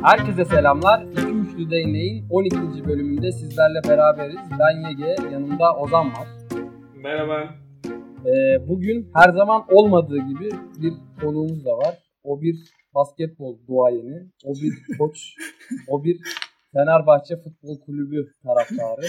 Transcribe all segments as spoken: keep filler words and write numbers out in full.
Herkese selamlar. İki Üçlü Değneğin on ikinci bölümünde sizlerle beraberiz. Ben Yege, yanımda Ozan var. Merhaba. Ee, bugün her zaman olmadığı gibi bir konuğumuz da var. O bir basketbol duayeni, o bir koç, o bir Fenerbahçe Futbol Kulübü taraftarı.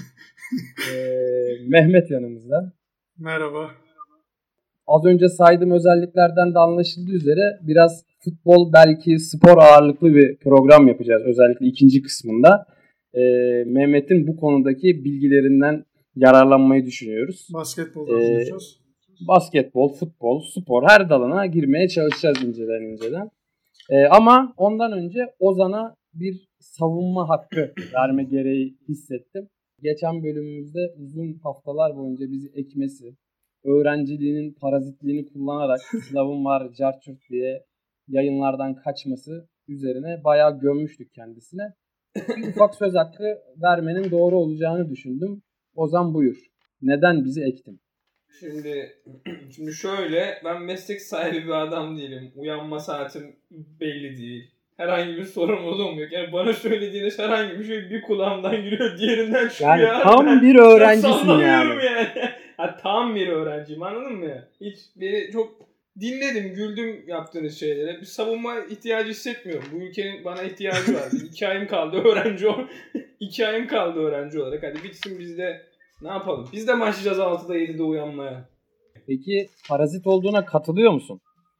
Ee, Mehmet yanımızda. Merhaba. Az önce saydığım özelliklerden de anlaşıldığı üzere biraz futbol, belki spor ağırlıklı bir program yapacağız. Özellikle ikinci kısmında. Ee, Mehmet'in bu konudaki bilgilerinden yararlanmayı düşünüyoruz. Basketbol konuşacağız. Ee, basketbol, futbol, spor her dalına girmeye çalışacağız inceden inceden. Ee, ama ondan önce Ozan'a bir savunma hakkı verme gereği hissettim. Geçen bölümümüzde uzun haftalar boyunca bizi ekmesi, öğrenciliğinin parazitliğini kullanarak sınavım var, carçurt diye yayınlardan kaçması üzerine bayağı gömmüştük kendisine. Bir ufak söz hakkı vermenin doğru olacağını düşündüm. Ozan buyur. Neden bizi ektin? Şimdi şimdi şöyle, ben meslek sahibi bir adam değilim. Uyanma saatim belli değil. Herhangi bir sorumluluğum yok. Yani bana söylediğiniz herhangi bir şey bir kulağımdan giriyor, diğerinden çıkıyor. Yani tam bir öğrencisin yani. yani. Ha, tam bir öğrenciyim, anladın mı? Hiç beni çok dinledim, güldüm yaptığınız şeylere. Bir savunma ihtiyacı hissetmiyorum. Bu ülkenin bana ihtiyacı var. İki ayım kaldı öğrenci ol. İki ayım kaldı öğrenci olarak. Hadi bitsin, biz de ne yapalım? Biz de başlayacağız altıda yedide uyanmaya. Peki parazit olduğuna katılıyor musun?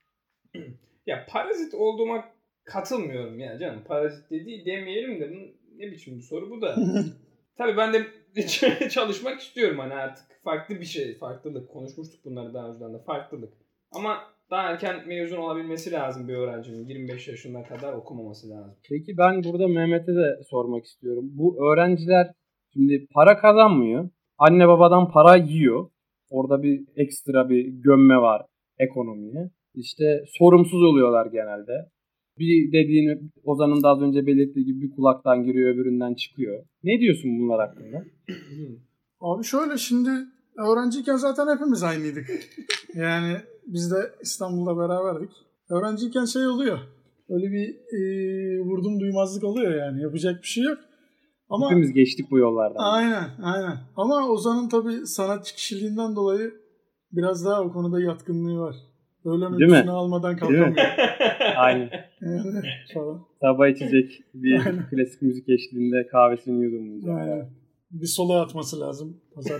Ya parazit olduğuma katılmıyorum ya canım. Parazit dediği demeyelim de ne biçim bir soru bu da. Tabii ben de çalışmak istiyorum hani artık. Farklı bir şey, farklılık. Konuşmuştuk bunları daha önceden de, farklılık. Ama daha erken mezun olabilmesi lazım bir öğrencinin. yirmi beş yaşına kadar okumaması lazım. Peki ben burada Mehmet'e de sormak istiyorum. Bu öğrenciler şimdi para kazanmıyor. Anne babadan para yiyor. Orada bir ekstra bir gömme var ekonomiye. İşte sorumsuz oluyorlar genelde. Bir dediğini Ozan'ın da az önce belirttiği gibi bir kulaktan giriyor, öbüründen çıkıyor. Ne diyorsun bunlar hakkında? Abi şöyle, şimdi öğrenciyken zaten hepimiz aynıydık. Yani biz de İstanbul'da beraberdik. Öğrenciyken şey oluyor. Öyle bir e, vurdum duymazlık oluyor yani. Yapacak bir şey yok. Ama hepimiz geçtik bu yollardan. Aynen, aynen. Ama Ozan'ın tabii sanatçı kişiliğinden dolayı biraz daha o konuda yatkınlığı var. Öğlen uykusunu almadan kalkamıyor. Aynen. Yani falan. Sabah içecek bir Aynen. Klasik müzik eşliğinde kahvesini yudumlayacak. Aynen. Bir solo atması lazım.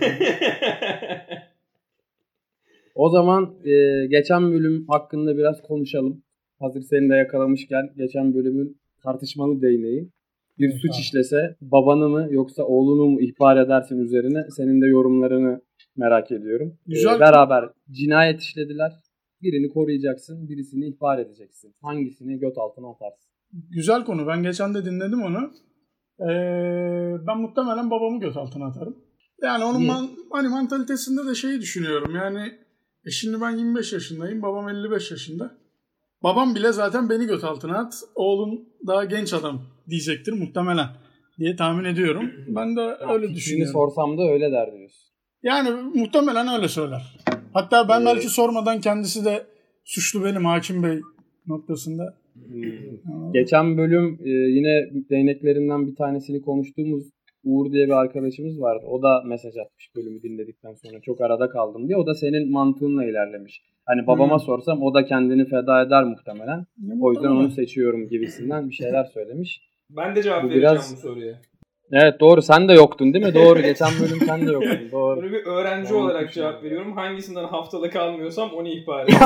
O zaman e, geçen bölüm hakkında biraz konuşalım. Hazır seni de yakalamışken geçen bölümün tartışmalı değneği. Bir evet, suç abi. işlese babanı mı yoksa oğlunu mu ihbar edersin üzerine, senin de yorumlarını merak ediyorum. Güzel. Ee, beraber cinayet işlediler. Birini koruyacaksın, birisini ihbar edeceksin. Hangisini göt altına atarsın? Güzel konu. Ben geçen de dinledim onu. Ee, ben muhtemelen babamı göt altına atarım. Yani onun man, hani mantalitesinde de şeyi düşünüyorum. Yani e şimdi ben yirmi beş yaşındayım. Babam elli beş yaşında. Babam bile zaten beni göt altına at. Oğlum daha genç adam diyecektir muhtemelen diye tahmin ediyorum. Ben de ya, öyle düşünüyorum. Sorsam da öyle der diyorsun. Yani muhtemelen öyle söyler. Hatta ben ee, belki sormadan kendisi de suçlu benim hakim bey noktasında. Hmm. Geçen bölüm e, yine değneklerinden bir tanesini konuştuğumuz Uğur diye bir arkadaşımız vardı. O da mesaj atmış bölümü dinledikten sonra. Çok arada kaldım diye. O da senin mantığınla ilerlemiş. Hani babama hmm. sorsam o da kendini feda eder muhtemelen. Ne o yüzden muhtemelen. Onu seçiyorum gibisinden bir şeyler söylemiş. Ben de cevap bu vereceğim biraz... bu soruya. Evet doğru, sen de yoktun değil mi? Doğru, geçen bölüm sen de yoktun. Doğru. Böyle bir öğrenci ben olarak cevap veriyorum. Hangisinden haftalık almıyorsam onu ihbar ediyorum.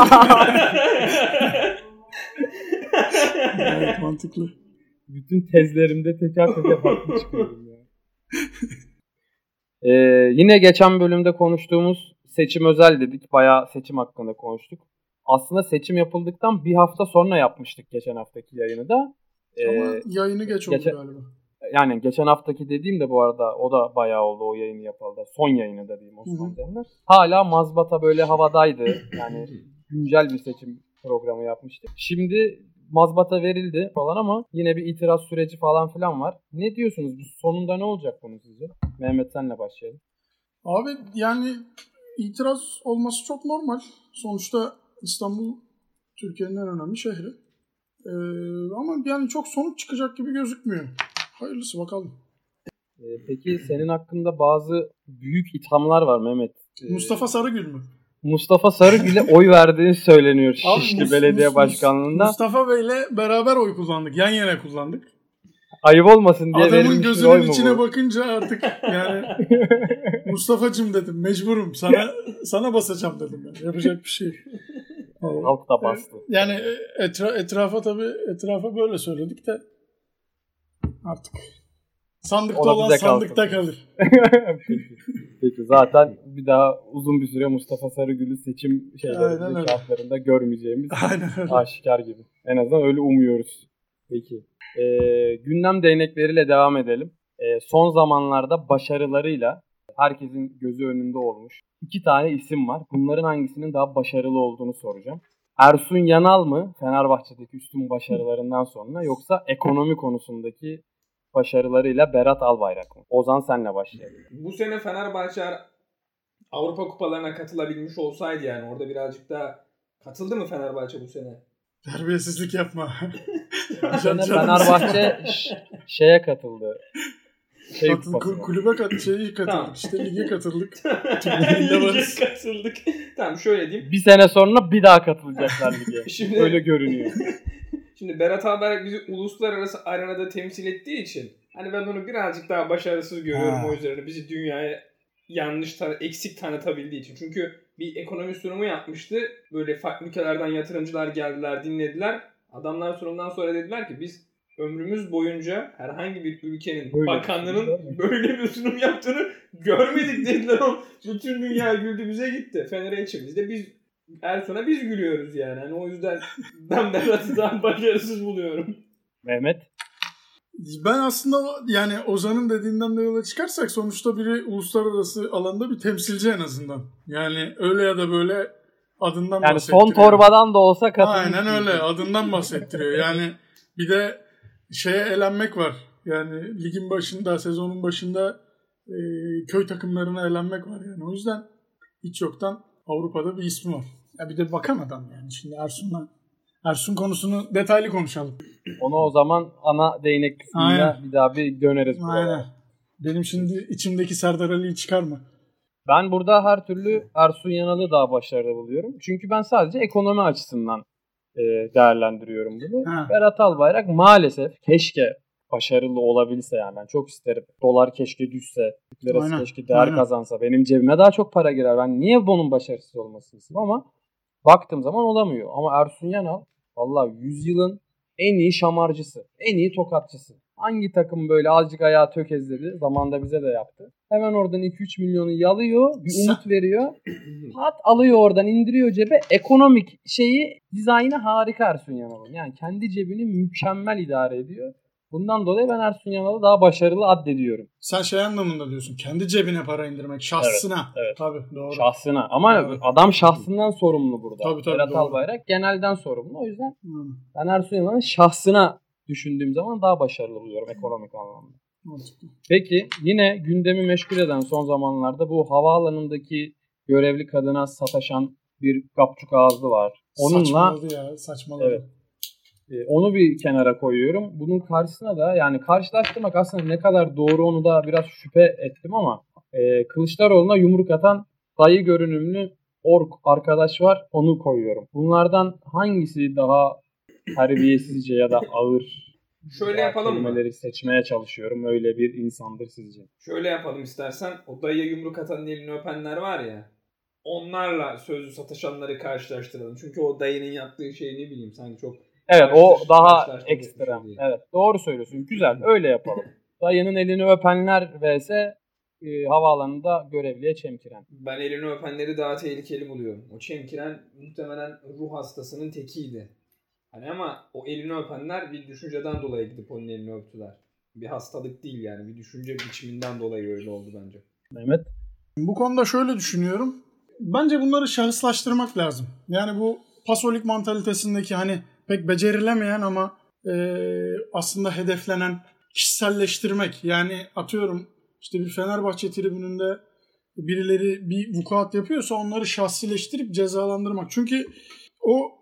Evet, mantıklı. Bütün tezlerimde teker teker haklı çıkıyorum ya. Ee, yine geçen bölümde konuştuğumuz seçim özel dedik. Bayağı seçim hakkında konuştuk. Aslında seçim yapıldıktan bir hafta sonra yapmıştık geçen haftaki yayını da. Ee, Ama yayını geç oldu geçen, galiba. Yani geçen haftaki dediğim de bu arada o da bayağı oldu o yayını yapalı. Son yayını da diyeyim Osman Canlar. Hala mazbata böyle havadaydı. Yani güncel bir seçim programı yapmıştık. Şimdi mazbata verildi falan ama yine bir itiraz süreci falan filan var. Ne diyorsunuz? Sonunda ne olacak bunun sizce? Mehmet senle başlayalım. Abi yani itiraz olması çok normal. Sonuçta İstanbul Türkiye'nin en önemli şehri. Ee, ama yani çok sonuç çıkacak gibi gözükmüyor. Hayırlısı bakalım. Ee, peki senin hakkında bazı büyük ithamlar var Mehmet. Ee, Mustafa Sarıgül mü? Mustafa Sarıgül'e oy verdiğini söyleniyor Abi, Şişli Mus- Belediye Mus- Başkanlığı'nda. Mustafa Bey'le beraber oy kullandık. Yan yana kullandık. Ayıp olmasın diye Adamın verilmiş bir gözünün oy mu içine bu? bakınca artık yani Mustafa'cığım dedim, mecburum. Sana sana basacağım dedim. Yani. Yapacak bir şey yok. Halk da bastı. Yani etra- etrafa tabii etrafa böyle söyledik de artık sandıkta Ona olan bize sandıkta kalsın. kalır. Peki. Peki zaten bir daha uzun bir süre Mustafa Sarıgül'ü seçim Aynen şeylerinde, öyle. kağıtlarında görmeyeceğimiz Aynen öyle. aşikar gibi. En azından öyle umuyoruz. Peki. Ee, gündem değnekleriyle devam edelim. Ee, son zamanlarda başarılarıyla herkesin gözü önünde olmuş iki tane isim var. Bunların hangisinin daha başarılı olduğunu soracağım. Ersun Yanal mı Fenerbahçe'deki üstün başarılarından sonra, yoksa ekonomi konusundaki başarılarıyla Berat Albayrak mı? Ozan, senle başlayalım. Bu sene Fenerbahçe Avrupa kupalarına katılabilmiş olsaydı, yani orada birazcık daha katıldı mı Fenerbahçe bu sene? Terbiyesizlik yapma. Bu sene Fenerbahçe ş- şeye katıldı. Şey Katıl, kupasına. kulübe kat, şeyi katıldık. Tamam. İşte lige katıldık. Türkiye'yle varız. Lige katıldık. Tamam, şöyle diyeyim. Bir sene sonra bir daha katılacaklar lige. Şimdi- Öyle görünüyor. Şimdi Berat Albayrak bizi uluslararası arenada temsil ettiği için hani ben onu birazcık daha başarısız görüyorum Ha. o yüzden. Bizi dünyaya yanlış, tan- eksik tanıtabildiği için. Çünkü bir ekonomi sunumu yapmıştı. Böyle farklı ülkelerden yatırımcılar geldiler, dinlediler. Adamlar sunumdan sonra dediler ki biz ömrümüz boyunca herhangi bir ülkenin Böyle bakanlığının bir sunum böyle bir sunum yaptığını görmedik dediler. O bütün dünya güldü, bize gitti. Fener'e içimizde biz Ersun'a biz gülüyoruz yani. Hani o yüzden ben Berat'ı daha başarısız buluyorum. Mehmet. Ben aslında yani Ozan'ın dediğinden de yola çıkarsak sonuçta biri uluslararası alanda bir temsilci en azından. Yani öyle ya da böyle adından Yani bahsettiriyor. son torbadan da olsa katılmış. Aynen öyle, adından bahsettiriyor. Yani bir de şeye elenmek var. Yani ligin başında, sezonun başında e, köy takımlarına elenmek var yani. O yüzden hiç yoktan Avrupa'da bir ismi var. Ya bir de bakan adam yani. Şimdi Ersun'la Ersun konusunu detaylı konuşalım. Onu o zaman ana değnek kısmında Aynen. bir daha bir döneriz. buraya. Aynen. Benim şimdi içimdeki Serdar Ali'yi çıkarma. Ben burada her türlü Ersun Yanal'ı daha başarılı buluyorum. Çünkü ben sadece ekonomi açısından e, değerlendiriyorum bunu. Ha. Berat Albayrak maalesef keşke başarılı olabilse, yani ben çok isterim. Dolar keşke düşse, Türk lirası Aynen, keşke değer aynen. kazansa, benim cebime daha çok para girer. Ben niye bunun başarısız olmasını istiyorum, ama baktığım zaman olamıyor. Ama Ersun Yanal vallahi yüzyılın en iyi şamarcısı, en iyi tokatçısı. Hangi takım böyle azıcık ayağı tökezledi, zamanında bize de yaptı. Hemen oradan iki üç milyonu yalıyor, bir umut veriyor. Pat alıyor oradan, indiriyor cebe. Ekonomik şeyi, dizaynı harika Ersun Yanal'ın. Yani kendi cebini mükemmel idare ediyor. Bundan dolayı ben Ersun Yanal'ı daha başarılı addediyorum. Sen şey anlamında diyorsun. Kendi cebine para indirmek. Şahsına. Evet, evet. Tabii doğru. Şahsına. Ama Evet. adam şahsından sorumlu burada. Tabii, tabii, Berat doğru. Albayrak genelden sorumlu. O yüzden Hmm. ben Ersun Yanal'ın şahsına düşündüğüm zaman daha başarılı buluyorum ekonomik anlamda. Mantıklı. Peki yine gündemi meşgul eden son zamanlarda bu havaalanındaki görevli kadına sataşan bir kapçuk ağızlı var. Onunla Saçmaladı ya. Saçmaladı. Evet. e, onu bir kenara koyuyorum. Bunun karşısına da, yani karşılaştırmak aslında ne kadar doğru onu da biraz şüphe ettim, ama e, Kılıçdaroğlu'na yumruk atan dayı görünümlü ork arkadaş var, onu koyuyorum. Bunlardan hangisi daha terbiyesizce ya da ağır? Şöyle Ya, yapalım mı? kelimeleri seçmeye çalışıyorum. Öyle bir insandır sizce? Şöyle yapalım istersen. O dayıya yumruk atanın elini öpenler var ya. Onlarla sözlü sataşanları karşılaştıralım. Çünkü o dayının yaptığı şey ne bileyim sanki çok... Evet, o Karşılaş- daha karşılaştırmak ekstrem. bir şey değil. Evet, doğru söylüyorsun. Güzel, öyle yapalım. Dayının elini öpenler vs e, havaalanında görevliye çemkiren. Ben elini öpenleri daha tehlikeli buluyorum. O çemkiren muhtemelen ruh hastasının tekiydi. Hani ama o elini öpenler bir düşünceden dolayı gidip onun elini öptüler. Bir hastalık değil yani. Bir düşünce biçiminden dolayı öyle oldu bence. Mehmet? Bu konuda şöyle düşünüyorum. Bence bunları şahıslaştırmak lazım. Yani bu pasolik mantalitesindeki hani pek becerilemeyen ama e, aslında hedeflenen kişiselleştirmek. Yani atıyorum işte bir Fenerbahçe tribününde birileri bir vukuat yapıyorsa onları şahsileştirip cezalandırmak. Çünkü o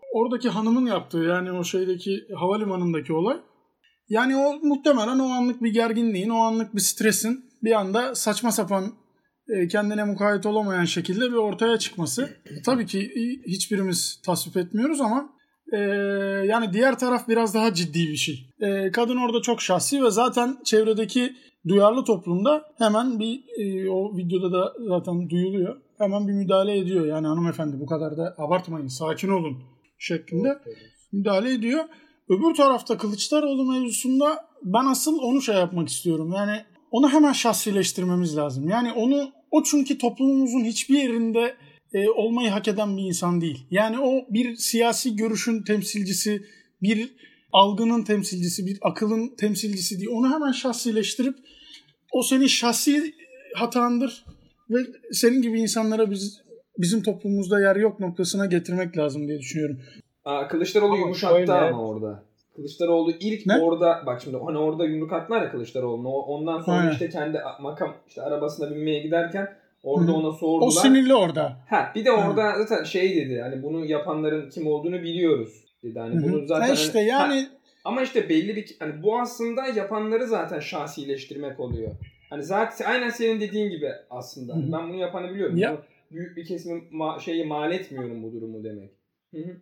oradaki hanımın yaptığı, yani o şeydeki havalimanındaki olay. Yani o muhtemelen o anlık bir gerginliğin, o anlık bir stresin bir anda saçma sapan, kendine mukayyet olamayan şekilde bir ortaya çıkması. Tabii ki hiçbirimiz tasvip etmiyoruz ama e, yani diğer taraf biraz daha ciddi bir şey. E, kadın orada çok şahsi ve zaten çevredeki duyarlı toplumda hemen bir e, o videoda da zaten duyuluyor. Hemen bir müdahale ediyor. Yani hanımefendi bu kadar da abartmayın, sakin olun şeklinde müdahale ediyor. Öbür tarafta Kılıçdaroğlu mevzusunda ben asıl onu şey yapmak istiyorum. Yani onu hemen şahsileştirmemiz lazım. Yani onu o çünkü toplumumuzun hiçbir yerinde e, olmayı hak eden bir insan değil. Yani o bir siyasi görüşün temsilcisi, bir algının temsilcisi, bir akılın temsilcisi değil. Onu hemen şahsileştirip o senin şahsi hatandır ve senin gibi insanlara biz bizim toplumumuzda yer yok noktasına getirmek lazım diye düşünüyorum. Aa, Kılıçdaroğlu ama yumuşattı şöyle... ama orada. Kılıçdaroğlu ilk ne? Orada bak şimdi hani orada yumruk attılar ya Kılıçdaroğlu'na. Ondan sonra Aynen. işte kendi makam işte arabasına binmeye giderken orada Hı-hı. ona sordular. O sinirli orada. Ha bir de orada Hı-hı. zaten şey dedi. Hani bunu yapanların kim olduğunu biliyoruz dedi. Hani Hı-hı. bunu zaten işte hani, yani ha, ama işte belli bir hani bu aslında yapanları zaten şahsileştirmek oluyor. Hani zaten aynen senin dediğin gibi aslında. Hı-hı. Ben bunu yapanı biliyorum. Ya. Bunu büyük bir kesimi ma- şeyi mal etmiyorum bu durumu demek. Hı hı.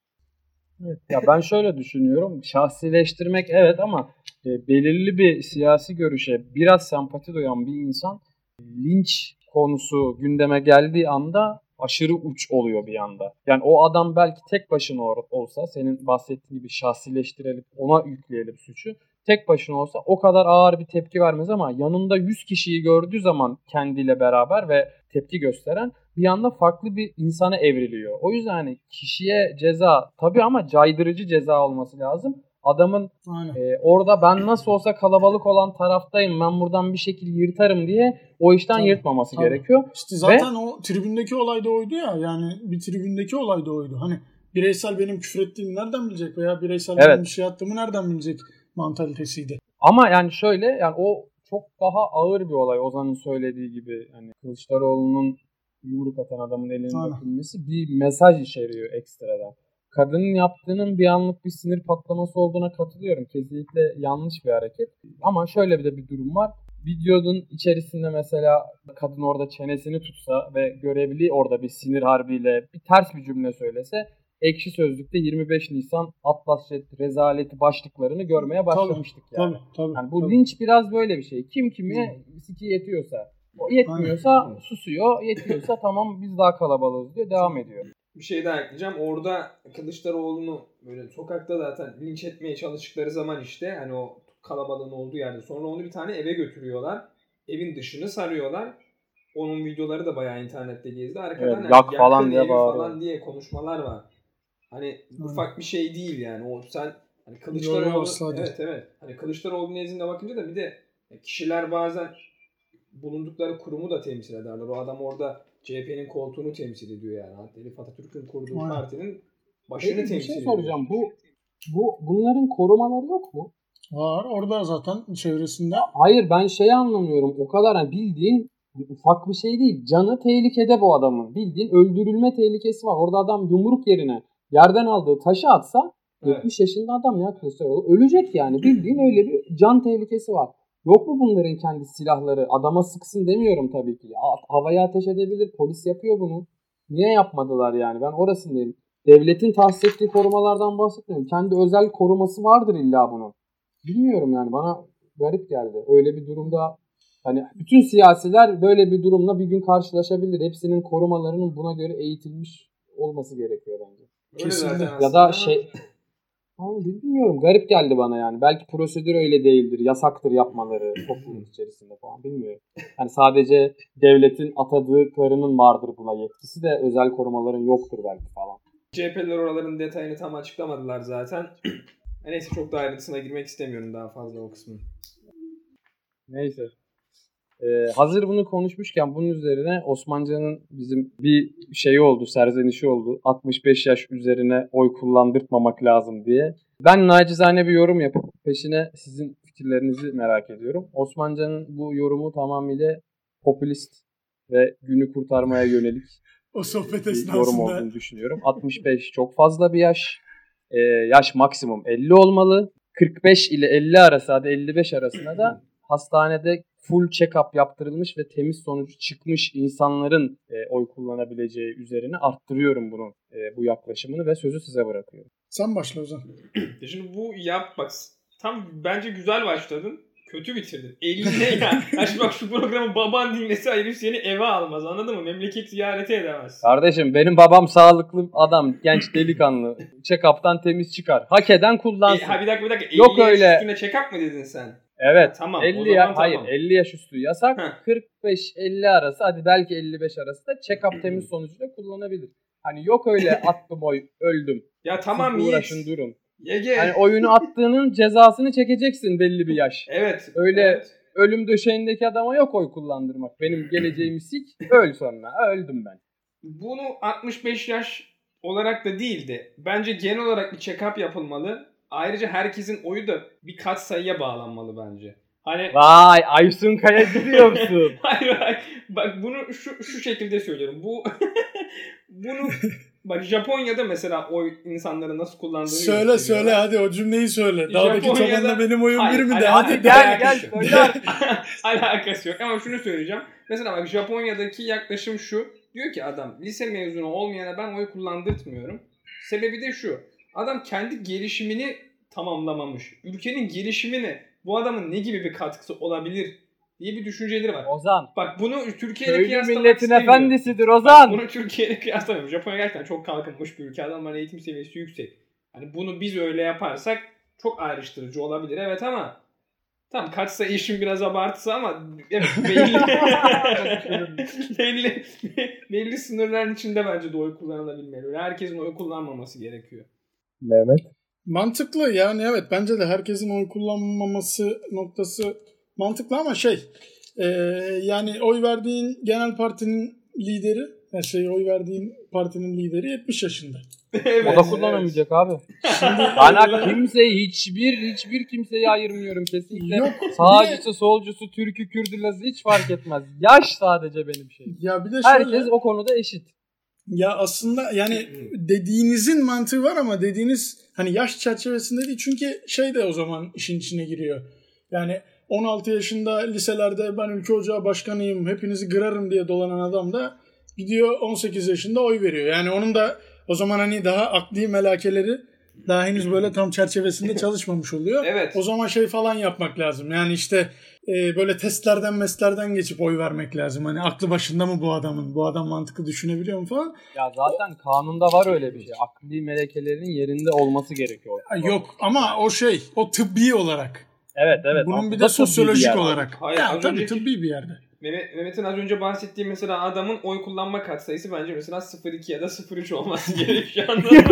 Evet, ya ben şöyle düşünüyorum. Şahsileştirmek evet ama e, belirli bir siyasi görüşe biraz sempati duyan bir insan linç konusu gündeme geldiği anda aşırı uç oluyor bir anda. Yani o adam belki tek başına olsa, senin bahsettiğin gibi şahsileştirelim, ona yükleyelim suçu. Tek başına olsa o kadar ağır bir tepki vermez ama yanında yüz kişiyi gördüğü zaman kendiyle beraber ve tepki gösteren bir anda farklı bir insana evriliyor. O yüzden hani kişiye ceza tabii ama caydırıcı ceza olması lazım. Adamın e, orada ben nasıl olsa kalabalık olan taraftayım, ben buradan bir şekilde yırtarım diye o işten tabii, yırtmaması tabii. gerekiyor. İşte zaten Ve, o tribündeki olay da oydu ya, yani bir tribündeki olay da oydu. Hani bireysel benim küfür ettiğimi nereden bilecek veya bireysel evet. benim bir şey attığımı nereden bilecek mantalitesiydi. Ama yani şöyle, yani o çok daha ağır bir olay Ozan'ın söylediği gibi. Hani Kılıçdaroğlu'nun yumruk atan adamın elinin öpülmesi bir mesaj içeriyor ekstradan. Kadının yaptığının bir anlık bir sinir patlaması olduğuna katılıyorum. Kesinlikle yanlış bir hareket. Ama şöyle bir de bir durum var. Videonun içerisinde mesela kadın orada çenesini tutsa ve görevli orada bir sinir harbiyle bir ters bir cümle söylese, Ekşi Sözlük'te yirmi beş Nisan Atlas Jet rezaleti başlıklarını görmeye başlamıştık tabii, yani. Tabii, tabii, yani bu tabii. linç biraz böyle bir şey. Kim kime siki yetiyorsa. O yetmiyorsa Aynen. susuyor, yetiyorsa tamam biz daha kalabalığız diyor, devam ediyor. Bir şey daha ekleyeceğim. Orada Kılıçdaroğlu'nu böyle sokakta zaten linç etmeye çalıştıkları zaman işte hani o kalabalığın olduğu yerde sonra onu bir tane eve götürüyorlar. Evin dışını sarıyorlar. Onun videoları da bayağı internette gezdi. Arkadan evet, yak yani falan diye falan diye konuşmalar var. Hani Hı. ufak bir şey değil yani. O sen hani Kılıçdaroğlu evet evet. Hani Kılıçdaroğlu nezdinde bakınca da bir de kişiler bazen bulundukları kurumu da temsil ederler. O adam orada C H P'nin koltuğunu temsil ediyor yani. Elif Atatürk'ün kurduğu Aynen. partinin başını Peki, temsil ediyor. Bir şey soracağım. Bu bu bunların korumaları yok mu? Var. Orada zaten çevresinde. Hayır ben şeyi anlamıyorum. O kadar yani bildiğin ufak bir şey değil. Canı tehlikede bu adamın. Bildiğin öldürülme tehlikesi var. Orada adam yumruk yerine yerden aldığı taşı atsa evet. yetmiş yaşında adam ya Kılıçdaroğlu ölecek yani. Bildiğin öyle bir can tehlikesi var. Yok mu bunların kendi silahları? Adama sıksın demiyorum tabii ki. Havaya ateş edebilir. Polis yapıyor bunu. Niye yapmadılar yani? Ben orasındayım. Devletin tahsis ettiği korumalardan bahsetmiyorum. Kendi özel koruması vardır illa bunun. Bilmiyorum yani. Bana garip geldi. Öyle bir durumda hani bütün siyasiler böyle bir durumla bir gün karşılaşabilir. Hepsinin korumalarının buna göre eğitilmiş olması gerekiyor bence. Kesinlikle. Ya da şey... Abi bilmiyorum. Garip geldi bana yani. Belki prosedür öyle değildir. Yasaktır yapmaları toplum içerisinde falan. Bilmiyorum. Yani sadece devletin atadıklarının vardır buna yetkisi de özel korumaların yoktur belki falan. C H P'liler oraların detayını tam açıklamadılar zaten. Neyse çok da ayrıntısına girmek istemiyorum daha fazla o kısmını. Neyse. Ee, hazır bunu konuşmuşken bunun üzerine Osmancan'ın bizim bir şeyi oldu, serzenişi oldu. altmış beş yaş üzerine oy kullandırtmamak lazım diye. Ben nacizane bir yorum yapıp peşine sizin fikirlerinizi merak ediyorum. Osmancan'ın bu yorumu tamamıyla popülist ve günü kurtarmaya yönelik O sohbet bir esnasında. yorum olduğunu düşünüyorum. altmış beş çok fazla bir yaş. Ee, yaş maksimum elli olmalı. kırk beş ile elli arası, hadi elli beş arasında da hastanede full check-up yaptırılmış ve temiz sonucu çıkmış insanların e, oy kullanabileceği üzerine arttırıyorum bunu, e, bu yaklaşımını ve sözü size bırakıyorum. Sen başla Ozan. Şimdi bu yap bak tam bence güzel başladın. Kötü bitirdin. elli ya. Ya şimdi bak şu programı baban dinlese herif seni eve almaz, anladın mı? Memleket ziyareti edemez. Kardeşim benim babam sağlıklı adam, genç delikanlı. Check-up'tan temiz çıkar. Hak eden kullansın. E, ha bir dakika bir dakika. Yok elli öyle. yaş üstüne check-up mı dedin sen? Evet. Tamam, elli o zaman ya, tamam. hayır elli yaş üstü yasak. Heh. kırk beş elli arası, hadi belki elli beş arası da check-up temiz sonucuyla kullanabilir. Hani yok öyle attım oy öldüm. Ya tamam Siz Yiğit. uğraşın durun. Yege. Hani oyunu attığının cezasını çekeceksin belli bir yaş. Evet. Öyle evet. ölüm döşeğindeki adama yok oy kullandırmak. Benim geleceğimi sik, öl sonra. Öldüm ben. Bunu altmış beş yaş olarak da değil de bence genel olarak bir check-up yapılmalı. Ayrıca herkesin oyu da bir katsayıya bağlanmalı bence. Hani Vay Aysun Kaya gidiyor musun? hayır bak, bak bunu şu şu şekilde söylüyorum. Bu bunu bak Japonya'da mesela oy insanları nasıl kullandığını Söyle gösteriyor. söyle hadi o cümleyi söyle. Dağdaki Japonya'da- çobanla benim oyun Hayır, bir mi de hayır, hadi hayır, de. Gel gel söyle artık. Alakası yok ama şunu söyleyeceğim. Mesela bak Japonya'daki yaklaşım şu. Diyor ki adam lise mezunu olmayana ben oy kullandırtmıyorum. Sebebi de şu. Adam kendi gelişimini tamamlamamış. Ülkenin gelişimine bu adamın ne gibi bir katkısı olabilir diye bir düşünceleri var. Ozan. Bak bunu Türkiye ile Köylü kıyaslamak milletin istemiyorum. efendisidir Ozan. Bak, bunu Türkiye ile kıyaslamıyorum. Japonya gerçekten çok kalkınmış bir ülke. Adamların eğitim seviyesi yüksek. Hani bunu biz öyle yaparsak çok ayrıştırıcı olabilir. Evet ama tamam kaçsa işin biraz abartısı ama evet, belli, belli, belli sınırların içinde bence de oy kullanılabilmeli. Herkesin oy kullanmaması gerekiyor. Mehmet. Mantıklı yani evet bence de herkesin oy kullanmaması noktası mantıklı ama şey e, yani oy verdiğin genel partinin lideri yani şey oy verdiğin partinin lideri yetmiş yaşında. Evet, O da kullanamayacak evet. abi. Ben kimseyi hiçbir hiçbir kimseyi ayırmıyorum kesinlikle. Yok, Sağcısı, solcusu, Türk'ü, Kürdü, Lazı hiç fark etmez. Yaş sadece benim şeyim. Ya bir de şöyle, Herkes o konuda eşit. ya aslında yani dediğinizin mantığı var ama dediğiniz hani yaş çerçevesinde değil çünkü şey de o zaman işin içine giriyor. Yani on altı yaşında liselerde ben ülke ocağı başkanıyım hepinizi kırarım diye dolanan adam da gidiyor on sekiz yaşında oy veriyor. Yani onun da o zaman hani daha akli melakeleri daha henüz böyle tam çerçevesinde çalışmamış oluyor. Evet. O zaman şey falan yapmak lazım. Yani işte e, böyle testlerden meslerden geçip oy vermek lazım. Hani aklı başında mı bu adamın? Bu adam mantıklı düşünebiliyor mu falan? Ya zaten kanunda var öyle bir şey. Akli melekelerinin yerinde olması gerekiyor. Ha, yok ama o şey o tıbbi olarak. Evet evet. Bunun bir Aslında de sosyolojik tıbbi bir yer. olarak. Hayır, ya az tabii önceki- tıbbi bir yerde. Mehmet, Mehmet'in az önce bahsettiği mesela adamın oy kullanma katsayısı bence mesela sıfır iki ya da sıfır üç olması gerekiyor. Anladın mı?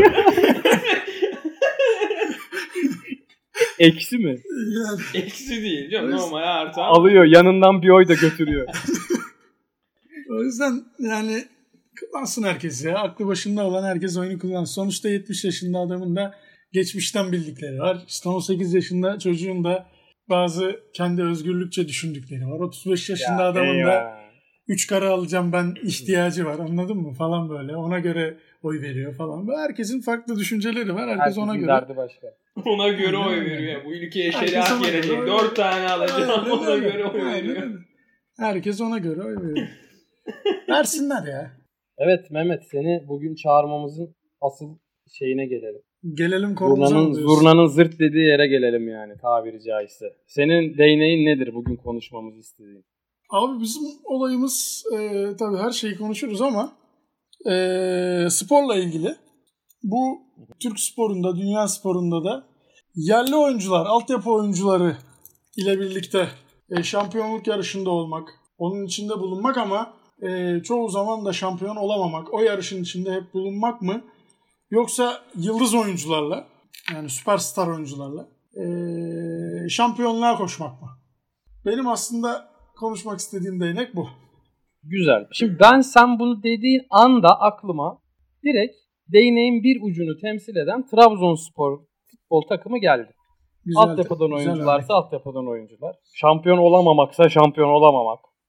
Eksi mi? Yani, Eksi değil canım, normal artı. Alıyor yanından bir oy da götürüyor. o yüzden yani kullansın herkes ya. Aklı başında olan herkes oyunu kullansın. Sonuçta yetmiş yaşında adamın da geçmişten bildikleri var. İşte on sekiz yaşında çocuğun da bazı kendi özgürlükçe düşündükleri var. otuz beş yaşında Ya, adamın da eyvah. üç kara alacağım ben ihtiyacı var anladın mı falan böyle. Ona göre oy veriyor falan. Böyle herkesin farklı düşünceleri var. Herkes Herkesin ona göre. derdi başka. Ona göre oy Aynen. veriyor. Bu ülkeye Herkes şeriat ona göre gelecek. oy Dört tane alacağım. Aynen Ona öyle. göre oy Aynen veriyor. öyle. Herkes ona göre oy veriyor. Versinler ya. Evet Mehmet, seni bugün çağırmamızın asıl şeyine gelelim. Gelelim konumuza Zurnanın, mı diyorsun? zurnanın zırt dediği yere gelelim yani tabiri caizse. Senin değneğin nedir bugün konuşmamızı istediğin? Abi bizim olayımız e, tabii her şeyi konuşuruz ama e, sporla ilgili. Bu Türk sporunda, dünya sporunda da yerli oyuncular, altyapı oyuncuları ile birlikte e, şampiyonluk yarışında olmak, onun içinde bulunmak ama e, çoğu zaman da şampiyon olamamak, o yarışın içinde hep bulunmak mı? Yoksa yıldız oyuncularla, yani süperstar oyuncularla e, şampiyonluğa koşmak mı? Benim aslında konuşmak istediğim değnek bu. Güzel. Şimdi ben sen bunu dediğin anda aklıma direkt değneğin bir ucunu temsil eden Trabzonspor futbol takımı geldi. Güzel, Altyapıdan güzel oyuncularsa örnek. altyapıdan oyuncular. Şampiyon olamamaksa şampiyon olamamak.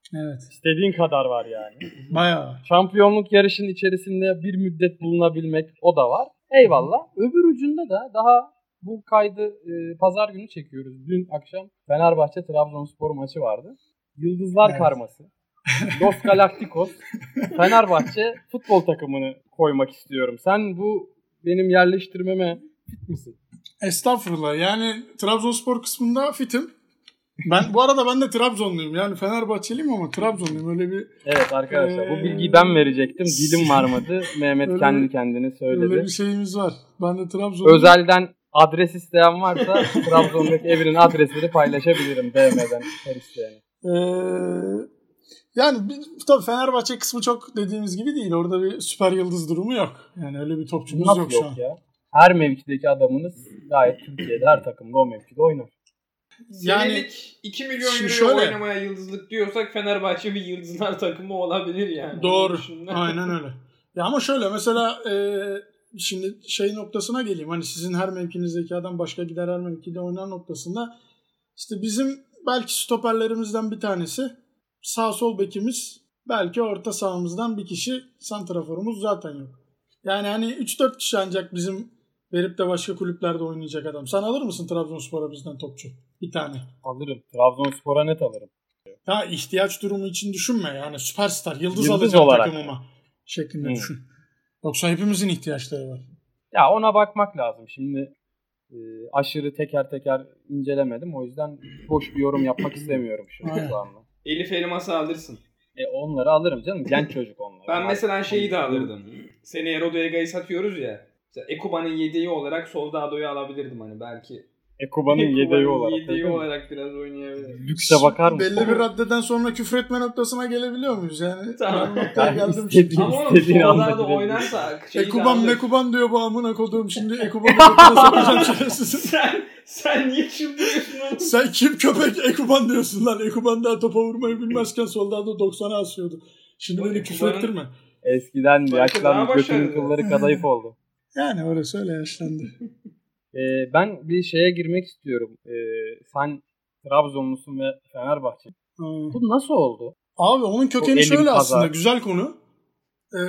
Evet. İstediğin kadar var yani. Bayağı. Şampiyonluk yarışının içerisinde bir müddet bulunabilmek o da var. Eyvallah. Öbür ucunda da daha bu kaydı e, pazar günü çekiyoruz. Dün akşam Fenerbahçe Trabzonspor maçı vardı. Yıldızlar evet. Karması. Los Galacticos. Fenerbahçe futbol takımını koymak istiyorum. Sen bu benim yerleştirmeme fit misin? Estağfurullah. Yani Trabzonspor kısmında fitim. Ben bu arada ben de Trabzonluyum. Yani Fenerbahçeliyim ama Trabzonluyum. Öyle bir Evet arkadaşlar ee... bu bilgiyi ben verecektim. Dilim varmadı. Mehmet öyle, kendi kendini söyledi. Öyle bir şeyimiz var. Ben de Trabzonluyum. Özelden adres isteyen varsa Trabzon'daki evinin adresini paylaşabilirim D M'den her isteyene. Ee, yani tabii Fenerbahçe kısmı çok dediğimiz gibi değil. Orada bir süper yıldız durumu yok. Yani öyle bir topçumuz Nasıl yok, yok şu an. Ya? Her mevkideki adamınız gayet Türkiye'de her takımda o mevkide oynar. Yani Senelik iki milyon euro şöyle, oynamaya yıldızlık diyorsak Fenerbahçe bir yıldızlar takımı olabilir yani. Doğru. Aynen öyle. Ya ama şöyle mesela e, şimdi şey noktasına geleyim. Hani sizin her mevkinizdeki adam başka gider her mevkide oynar noktasında. İşte bizim belki stoperlerimizden bir tanesi, sağ sol bekimiz, belki orta sahamızdan bir kişi, santraforumuz zaten yok. Yani hani üç dört kişi ancak bizim verip de başka kulüplerde oynayacak adam. Sen alır mısın Trabzonspor'a bizden topçu? Bir tane. Alırım. Trabzonspor'a net alırım. Ha, ihtiyaç durumu için düşünme. Yani süperstar, yıldız, yıldız alacak olarak takımıma şeklinde hmm. düşün. Yoksa hepimizin ihtiyaçları var. Ya ona bakmak lazım. Şimdi e, aşırı teker teker incelemedim. O yüzden boş bir yorum yapmak istemiyorum şu anda. Elif Elmas'ı alırsın. E onları alırım canım. Genç çocuk onlar. Ben mesela şeyi de alırdım. Seneye Rodega'yı satıyoruz ya. Mesela Ekuba'nın yedeği olarak Soldado'yu alabilirdim hani belki. Ekuba'nın yedeği olarak. Yedeği olarak biraz oynayabilirim. Lükse bakar mısın? Belli bir raddeden sonra küfretme noktasına gelebiliyor muyuz yani? Tamam. Geldim istediğin, ama oğlum Soldado oynarsa Ekuban Mekuban diyor bu amına koduğum, şimdi Ekuban'ı köpeğine sokacağım şerefsiz. Sen, sen niye çıldırıyorsun oğlum? Sen kim köpek Ekuban diyorsun lan? Ekuban daha topa vurmayı bilmezken Soldado doksana asıyordu. Şimdi beni küfrettirme. Eskiden yaşlandı, götünün kılları kadayıf oldu. Yani orası öyle yaşlandı. Ee, ben bir şeye girmek istiyorum. Ee, sen Trabzonlusun ve Fenerbahçe. Hmm. Bu nasıl oldu? Abi onun kökeni şöyle aslında. Güzel konu. Ee,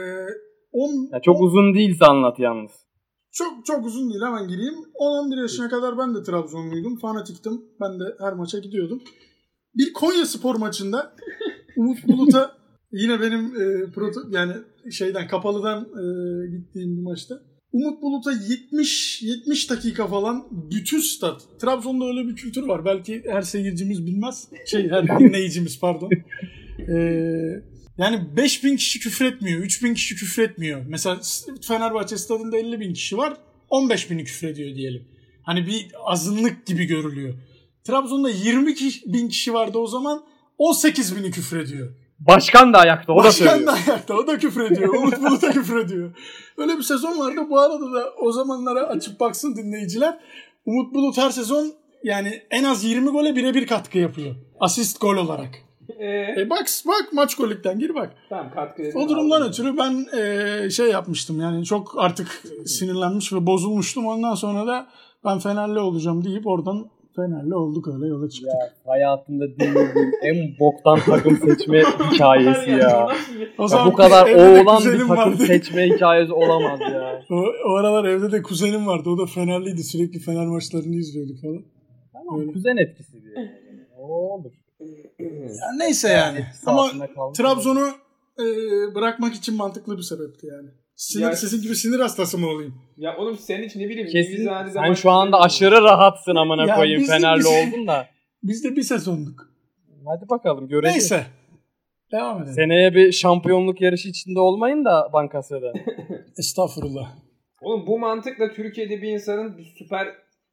on, ya çok on, uzun değilse anlat yalnız. Çok çok uzun değil, hemen gireyim. on on bir yaşına kadar ben de Trabzonluydum. Fanatiktim. Ben de her maça gidiyordum. Bir Konyaspor maçında Umut Bulut'a yine benim e, proto, yani şeyden kapalıdan e, gittiğim bir maçta Umut Bulut'a yetmiş yetmiş dakika falan bütün stat. Trabzon'da öyle bir kültür var. Belki her seyircimiz bilmez. Şey her dinleyicimiz pardon. Ee, yani beş bin kişi küfür etmiyor. üç bin kişi küfür etmiyor. Mesela Fenerbahçe stadında elli bin kişi var. on beş bini küfür ediyor diyelim. Hani bir azınlık gibi görülüyor. Trabzon'da yirmi bin kişi vardı o zaman. on sekiz bini küfür ediyor. Başkan da ayakta, o Başkan da söylüyor. Başkan da ayakta, o da küfür ediyor. Umut Bulut da küfür ediyor. Öyle bir sezon vardı. Bu arada da o zamanlara açıp baksın dinleyiciler. Umut Bulut her sezon yani en az yirmi gole birebir katkı yapıyor. Asist gol olarak. Ee? E bak bak maç golikten gir bak. Tamam, katkı o durumdan abi. Ötürü ben e, şey yapmıştım yani çok artık sinirlenmiş ve bozulmuştum. Ondan sonra da ben Fenerli olacağım deyip oradan Fenerli olduk, öyle yola çıktık. Ya hayatımda dinlediğim en boktan takım seçme hikayesi ya. O ya bu kadar oğlan bir takım vardı. Seçme hikayesi olamaz ya. O, o aralar evde de kuzenim vardı. O da Fenerliydi. Sürekli Fener maçlarını izliyorduk falan. Tamam, öyle. Kuzen etkisi diye. O olur. Yani neyse yani. Ama Trabzon'u e, bırakmak için mantıklı bir sebepti yani. Sinir, ya, sizin gibi sinir hastası mı olayım? Ya oğlum senin için ne bileyim. Kesin, sen şu anda aşırı rahatsın amına koyayım Fenerli biz, oldun da. Biz de bir sezonluk. Hadi bakalım göreceğiz. Neyse. Devam edelim. Seneye bir şampiyonluk yarışı içinde olmayın da Bankası'da. Estağfurullah. Oğlum bu mantıkla Türkiye'de bir insanın bir süper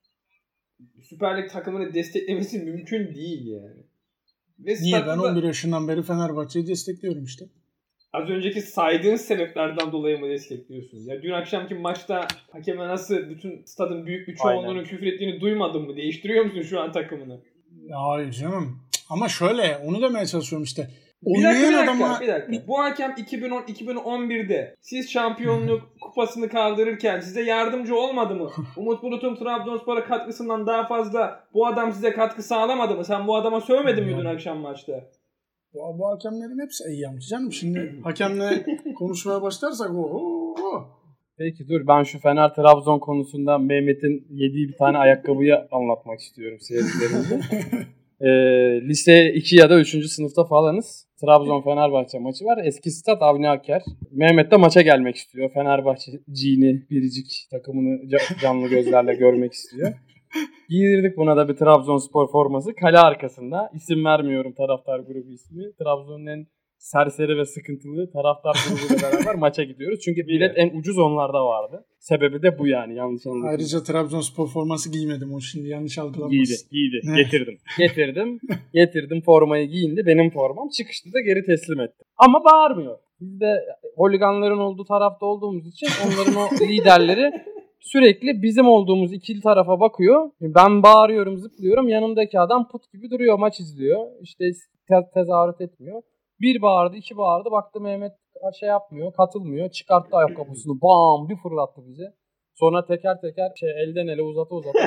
Süper Lig takımını desteklemesi mümkün değil yani. Ve niye? Ben on bir yaşından beri Fenerbahçe'yi destekliyorum işte. Az önceki saydığın sebeplerden dolayı mı destekliyorsun? Ya dün akşamki maçta hakeme nasıl bütün stadın büyük bir çoğunluğunun küfür ettiğini duymadın mı? Değiştiriyor musun şu an takımını? Ya hayır canım. Ama şöyle onu demeye çalışıyorum işte. Bir dakika, bir dakika, adama... bir dakika. Bu hakem iki bin on iki bin on birde siz şampiyonluk kupasını kaldırırken size yardımcı olmadı mı? Umut Bulut'un Trabzonspor'a katkısından daha fazla bu adam size katkı sağlamadı mı? Sen bu adama sövmedin mi dün akşam maçta? Bu, bu hakemlerin hepsi eyyamcı canım. Şimdi hakemle konuşmaya başlarsak oho. Peki dur ben şu Fener Trabzon konusunda Mehmet'in yediği bir tane ayakkabıyı anlatmak istiyorum seyircilerimize. e, lise iki ya da üçüncü sınıfta falanız. Trabzon Fenerbahçe maçı var. Eski stat Avni Aker. Mehmet de maça gelmek istiyor. Fenerbahçeciğini, biricik takımını canlı gözlerle görmek istiyor. Giydirdik buna da bir Trabzonspor forması. Kale arkasında. İsim vermiyorum taraftar grubu ismi. Trabzon'un en serseri ve sıkıntılı taraftar grubuyla beraber maça gidiyoruz. Çünkü bilet en ucuz onlarda vardı. Sebebi de bu yani, yanlış anlaşılmasın. Ayrıca Trabzonspor forması giymedim, o şimdi yanlış algılanmasın. Giydi, giydi. Getirdim. Getirdim. Getirdim formayı giyindi. Benim formam. Çıkışta da geri teslim etti. Ama bağırmıyor. Biz de holiganların olduğu tarafta olduğumuz için onların o liderleri sürekli bizim olduğumuz ikili tarafa bakıyor. Ben bağırıyorum, zıplıyorum. Yanımdaki adam put gibi duruyor, maç izliyor. İşte te- tezahürat etmiyor. Bir bağırdı, iki bağırdı. Baktı Mehmet şey yapmıyor, katılmıyor. Çıkarttı ayakkabısını, bam bir fırlattı bize. Sonra teker teker şey elden ele uzata uzata.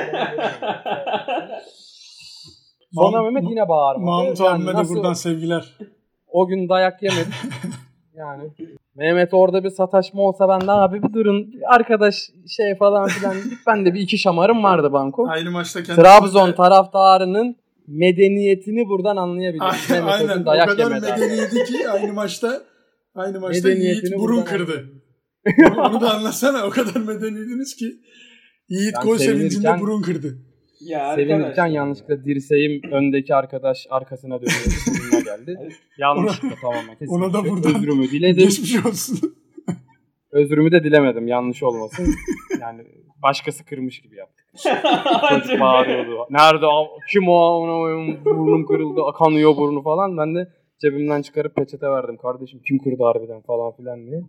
Sonra Mahmut, Mehmet yine bağırmadı. Mahmut yani abime de buradan sevgiler. O gün dayak yemedik. Yani Mehmet orada bir sataşma olsa ben de abi bir durun arkadaş şey falan filan ben de bir iki şamarım vardı banko. Aynı maçta kendisi Trabzon taraftarının medeniyetini buradan anlayabiliriz. Aynen. O kadar medeniyeti ki aynı maçta aynı maçta Yiğit burun kırdı. Onu da anlatsana, o kadar medeniydiniz ki Yiğit gol sevincinde burun kırdı. Ya sevinirken yanlışlıkla dirseğim öndeki arkadaş arkasına dönüyordu. Burnuna geldi. Yanlışlıkla tamamen kesin. Ona da buradan özrümü diledim. Geçmiş olsun. Özrümü de dilemedim, yanlış olmasın. Yani başkası kırmış gibi yaptık. Çocuk bağırıyordu. Nerede? Kim o? Burnum kırıldı. Kanıyor burnu falan. Ben de cebimden çıkarıp peçete verdim. Kardeşim kim kırdı harbiden falan filan diye.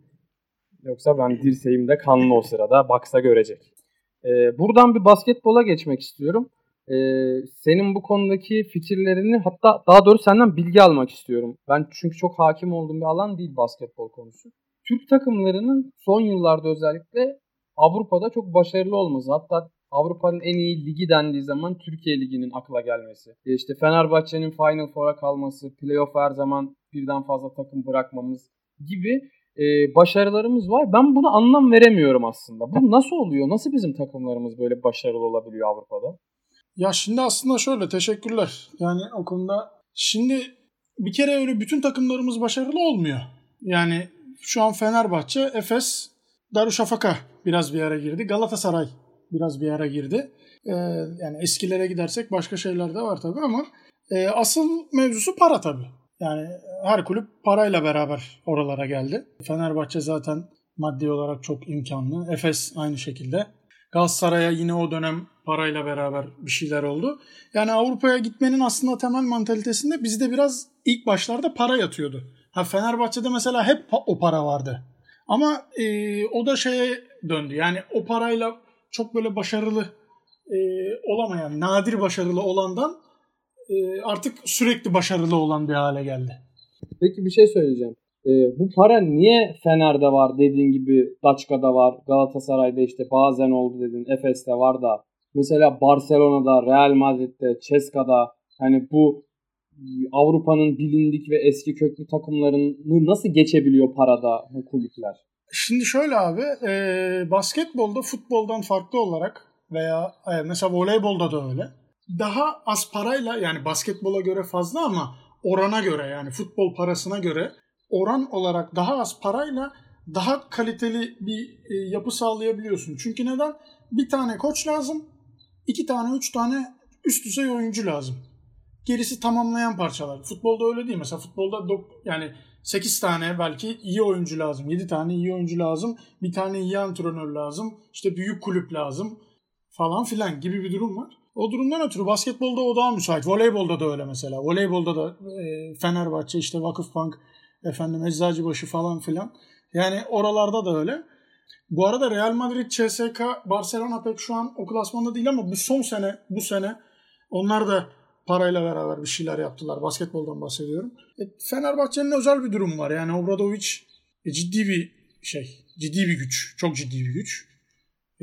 Yoksa ben dirseğim de kanlı o sırada. Baksa görecek. Ee, buradan bir basketbola geçmek istiyorum. Ee, senin bu konudaki fikirlerini, hatta daha doğrusu senden bilgi almak istiyorum. Ben çünkü çok hakim olduğum bir alan değil basketbol konusu. Türk takımlarının son yıllarda özellikle Avrupa'da çok başarılı olması, hatta Avrupa'nın en iyi ligi dendiği zaman Türkiye Ligi'nin akla gelmesi. İşte Fenerbahçe'nin Final Four'a kalması, playoff her zaman birden fazla takım bırakmamız gibi e, başarılarımız var. Ben buna anlam veremiyorum aslında. Bu nasıl oluyor? Nasıl bizim takımlarımız böyle başarılı olabiliyor Avrupa'da? Ya şimdi aslında şöyle, teşekkürler. Yani o konuda şimdi bir kere öyle bütün takımlarımız başarılı olmuyor. Yani şu an Fenerbahçe, Efes, Darüşşafaka biraz bir ara girdi. Galatasaray biraz bir ara girdi. Ee, yani eskilere gidersek başka şeyler de var tabii ama e, asıl mevzusu para tabii. Yani her kulüp parayla beraber oralara geldi. Fenerbahçe zaten maddi olarak çok imkanlı. Efes aynı şekilde. Galatasaray'a yine o dönem parayla beraber bir şeyler oldu. Yani Avrupa'ya gitmenin aslında temel mantalitesinde bizde biraz ilk başlarda para yatıyordu. Ha, Fenerbahçe'de mesela hep o para vardı. Ama e, o da şeye döndü. Yani o parayla çok böyle başarılı e, olamayan, nadir başarılı olandan e, artık sürekli başarılı olan bir hale geldi. Peki bir şey söyleyeceğim. E, bu para niye Fener'de var dediğin gibi, Daçka'da var, Galatasaray'da işte bazen oldu dedin, Efes'te var da mesela Barcelona'da, Real Madrid'de, Ceska'da, hani bu Avrupa'nın bilindik ve eski köklü takımlarını nasıl geçebiliyor parada bu kulüpler? Şimdi şöyle abi, e, basketbolda futboldan farklı olarak veya e, mesela voleybolda da öyle. Daha az parayla, yani basketbola göre fazla ama orana göre, yani futbol parasına göre oran olarak daha az parayla daha kaliteli bir e, yapı sağlayabiliyorsun. Çünkü neden? Bir tane koç lazım, iki tane, üç tane üst düzey oyuncu lazım. Gerisi tamamlayan parçalar. Futbolda öyle değil. Mesela futbolda dok- yani sekiz tane belki iyi oyuncu lazım. yedi tane iyi oyuncu lazım. Bir tane iyi antrenör lazım. İşte büyük kulüp lazım falan filan gibi bir durum var. O durumdan ötürü basketbolda o daha müsait. Voleybolda da öyle mesela. Voleybolda da e, Fenerbahçe, işte Vakıfbank, efendim Eczacıbaşı falan filan. Yani oralarda da öyle. Bu arada Real Madrid, C S K, Barcelona pek şu an o klasmanda değil ama bu son sene, bu sene onlar da parayla beraber bir şeyler yaptılar. Basketboldan bahsediyorum. E, Fenerbahçe'nin özel bir durum var. Yani Obradovic e, ciddi bir şey. Ciddi bir güç. Çok ciddi bir güç. E,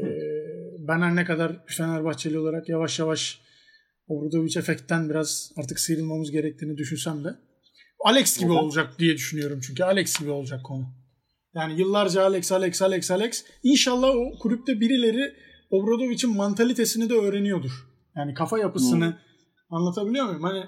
ben her ne kadar Fenerbahçeli olarak yavaş yavaş Obradovic efektten biraz artık sıyrılmamız gerektiğini düşünsem de Alex gibi Neden? olacak diye düşünüyorum çünkü. Alex gibi olacak konu. Yani yıllarca Alex, Alex, Alex, Alex. İnşallah o kulüpte birileri Obradovic'in mantalitesini de öğreniyordur. Yani kafa yapısını hmm. anlatabiliyor muyum? Hani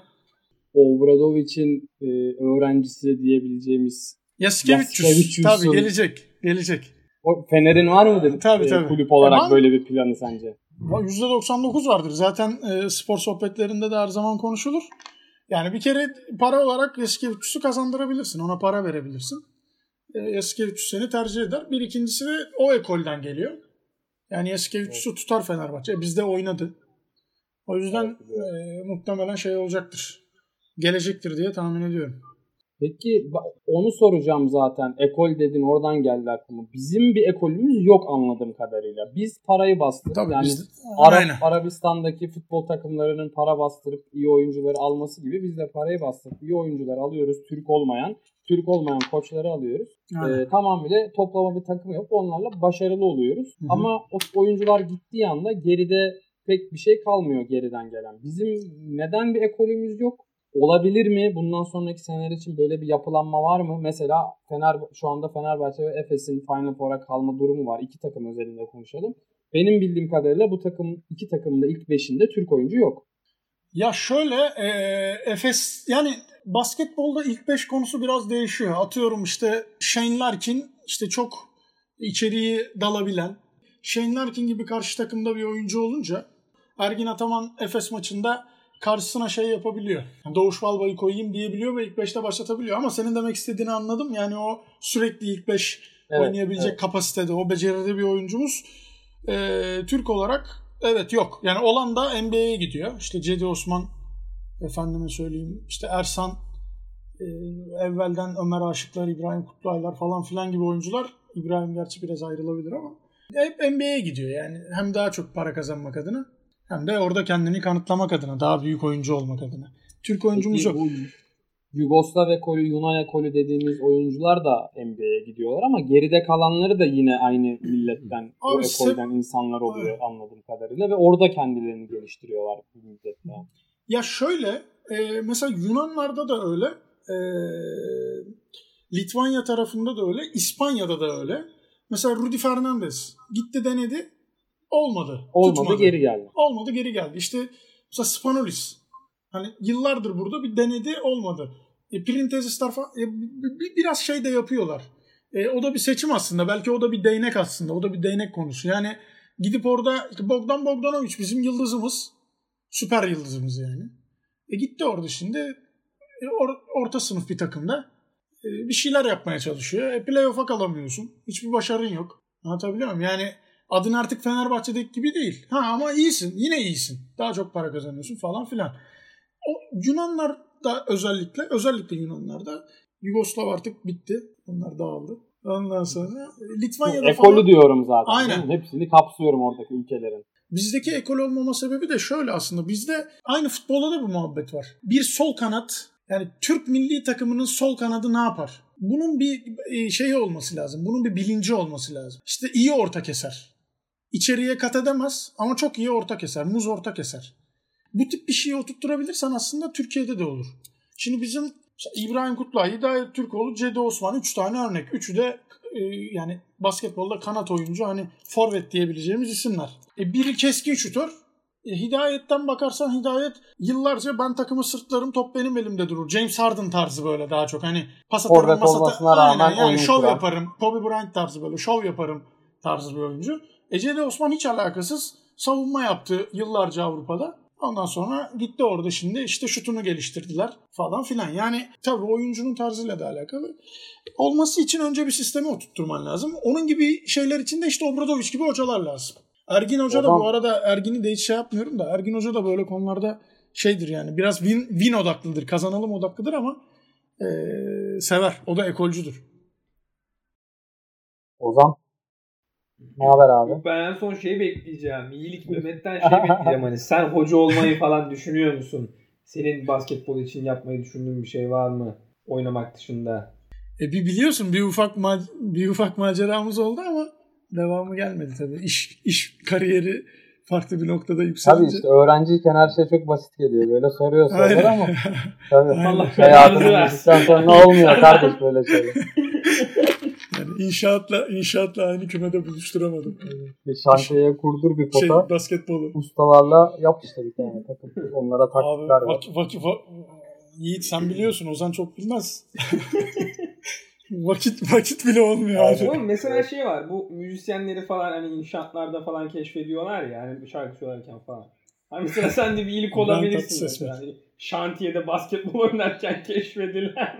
Obradovic'in e, öğrencisi diyebileceğimiz Yasikevicius. Tabii gelecek. Gelecek. O Fener'in var mıdır? Tabii, e, tabii. Kulüp olarak ben, böyle bir planı sence? yüzde doksan dokuz vardır. Zaten e, spor sohbetlerinde de her zaman konuşulur. Yani bir kere para olarak Yasikevicius'u kazandırabilirsin. Ona para verebilirsin. E, Yasikevicius seni tercih eder. Bir ikincisi de o ekolden geliyor. Yani Yasikevicius'u evet. tutar Fenerbahçe. Bizde oynadı. O yüzden evet, e, muhtemelen şey olacaktır. Gelecektir diye tahmin ediyorum. Peki onu soracağım zaten. Ekol dedin, oradan geldi aklıma. Bizim bir ekolümüz yok anladığım kadarıyla. Biz parayı bastık. Tabii yani biz, Arap, Arabistan'daki futbol takımlarının para bastırıp iyi oyuncuları alması gibi biz de parayı bastık. İyi oyuncular alıyoruz. Türk olmayan, Türk olmayan koçları alıyoruz. Ee, tamamıyla toplama bir takım yapıp onlarla başarılı oluyoruz. Hı-hı. Ama o oyuncular gittiği anda geride pek bir şey kalmıyor geriden gelen. Bizim neden bir ekolümüz yok? Olabilir mi? Bundan sonraki seneler için böyle bir yapılanma var mı? Mesela Fener şu anda Fenerbahçe ve Efes'in Final Four'a kalma durumu var. İki takım özelinde konuşalım. Benim bildiğim kadarıyla bu takım iki takımın da ilk beşinde Türk oyuncu yok. Ya şöyle e, Efes yani basketbolda ilk beş konusu biraz değişiyor. Atıyorum işte Shane Larkin işte çok içeriği dalabilen. Shane Larkin gibi karşı takımda bir oyuncu olunca Ergin Ataman Efes maçında karşısına şey yapabiliyor. Yani Doğuş Balba'yı koyayım diyebiliyor ve ilk beşte başlatabiliyor. Ama senin demek istediğini anladım. Yani o sürekli ilk beş evet, oynayabilecek evet. kapasitede, o beceride bir oyuncumuz. Ee, Türk olarak evet yok. Yani olan da N B A'ye gidiyor. İşte Cedi Osman, efendime söyleyeyim, işte Ersan, e, evvelden Ömer Aşıklar, İbrahim Kutluaylar falan filan gibi oyuncular. İbrahim gerçi biraz ayrılabilir ama hep N B A'ye gidiyor. Yani hem daha çok para kazanmak adına hem de orada kendini kanıtlamak adına, daha büyük oyuncu olmak adına. Türk oyuncumuz yok. Yugoslav ekolü, Yunan ekolü dediğimiz oyuncular da N B A'ye gidiyorlar ama geride kalanları da yine aynı milletten, Abi, o ekolden se- insanlar oluyor Abi. anladığım kadarıyla ve orada kendilerini geliştiriyorlar bu milletten. Ya şöyle, e, mesela Yunanlarda da öyle, e, Litvanya tarafında da öyle, İspanya'da da öyle. Mesela Rudy Fernandez gitti denedi. Olmadı. Olmadı tutmadı. Geri geldi. Olmadı geri geldi. İşte mesela Spanolis. Hani yıllardır burada bir denedi olmadı. E, Printezisler falan e, biraz şey de yapıyorlar. E, o da bir seçim aslında. Belki o da bir değnek aslında. O da bir değnek konusu. Yani gidip orada işte Bogdan Bogdanovic bizim yıldızımız. Süper yıldızımız yani. E gitti orada şimdi e, or, orta sınıf bir takımda e, bir şeyler yapmaya çalışıyor. E, playoff'a kalamıyorsun. Hiçbir başarın yok. Anlatabiliyor muyum? Yani adın artık Fenerbahçe'deki gibi değil. Ha ama iyisin. Yine iyisin. Daha çok para kazanıyorsun falan filan. O Yunanlar da özellikle özellikle Yunanlarda Yugoslav artık bitti. Onlar dağıldı. Ondan sonra Litvanya'da ekolü falan. Ekolü diyorum zaten. Aynen. Hepsini kapsıyorum oradaki ülkelerin. Bizdeki ekol olmama sebebi de şöyle aslında. Bizde aynı futbolda da bu muhabbet var. Bir sol kanat, yani Türk milli takımının sol kanadı ne yapar? Bunun bir şeyi olması lazım. Bunun bir bilinci olması lazım. İşte iyi orta keser. İçeriye kat edemez ama çok iyi orta keser. Muz orta keser. Bu tip bir şeyi oturtturabilirsen aslında Türkiye'de de olur. Şimdi bizim İbrahim Kutlay, Hidayet Türkoğlu, Cedi Osman üç tane örnek. Üçü de e, yani basketbolda kanat oyuncu, hani forvet diyebileceğimiz isimler. E, biri keskin şutör. E, Hidayet'ten bakarsan Hidayet yıllarca ben takımı sırtlarım, top benim elimde durur. James Harden tarzı böyle daha çok. Hani pas atarım, mas atarım. Aynen yani şov yaparım. Kobe Bryant tarzı böyle şov yaparım tarzı bir oyuncu. E, Cedi Osman hiç alakasız savunma yaptı yıllarca Avrupa'da. Ondan sonra gitti orada şimdi işte şutunu geliştirdiler falan filan. Yani tabii oyuncunun tarzıyla da alakalı. Olması için önce bir sistemi oturtturman lazım. Onun gibi şeyler için de işte Obradoviç gibi hocalar lazım. Ergin Hoca da bu arada, Ergin'i de hiç şey yapmıyorum da, Ergin Hoca da böyle konularda şeydir yani biraz win, win odaklıdır, kazanalım odaklıdır ama ee, sever. O da ekolcüdür. Ozan. Ne haber abi? Ben en son şey bekleyeceğim. İyilik Mehmet'ten şey bekleyeceğim. Hani sen hoca olmayı falan düşünüyor musun? Senin basketbol için yapmayı düşündüğün bir şey var mı? Oynamak dışında. E bir biliyorsun bir ufak ma- bir ufak maceramız oldu ama devamı gelmedi tabii. İş iş kariyeri farklı bir noktada yükselince. Tabii işte öğrenciyken her şey çok basit geliyor. Böyle soruyor sorular ama tabii Allah hayatını belanı bildikten sonra ne olmuyor kardeş böyle şeyler. Yani inşaatla inşaatla aynı kümede buluşturamadım. Bir şantiyeye kurdur bir pota. Şey, basketbolu. Ustalarla yap işte bir tane takım. Onlara taktikler Abi, var. vak, vak, vak, Yiğit sen biliyorsun. Ozan çok bilmez. vakit vakit bile olmuyor abi. Oğlum mesela şey var. Bu müzisyenleri falan hani inşaatlarda falan keşfediyorlar ya. Hani şarkı söylerken falan. Hani mesela sen de bir iyilik olabilirsin. Mesela. Hani şantiyede basketbol oynarken keşfedilen.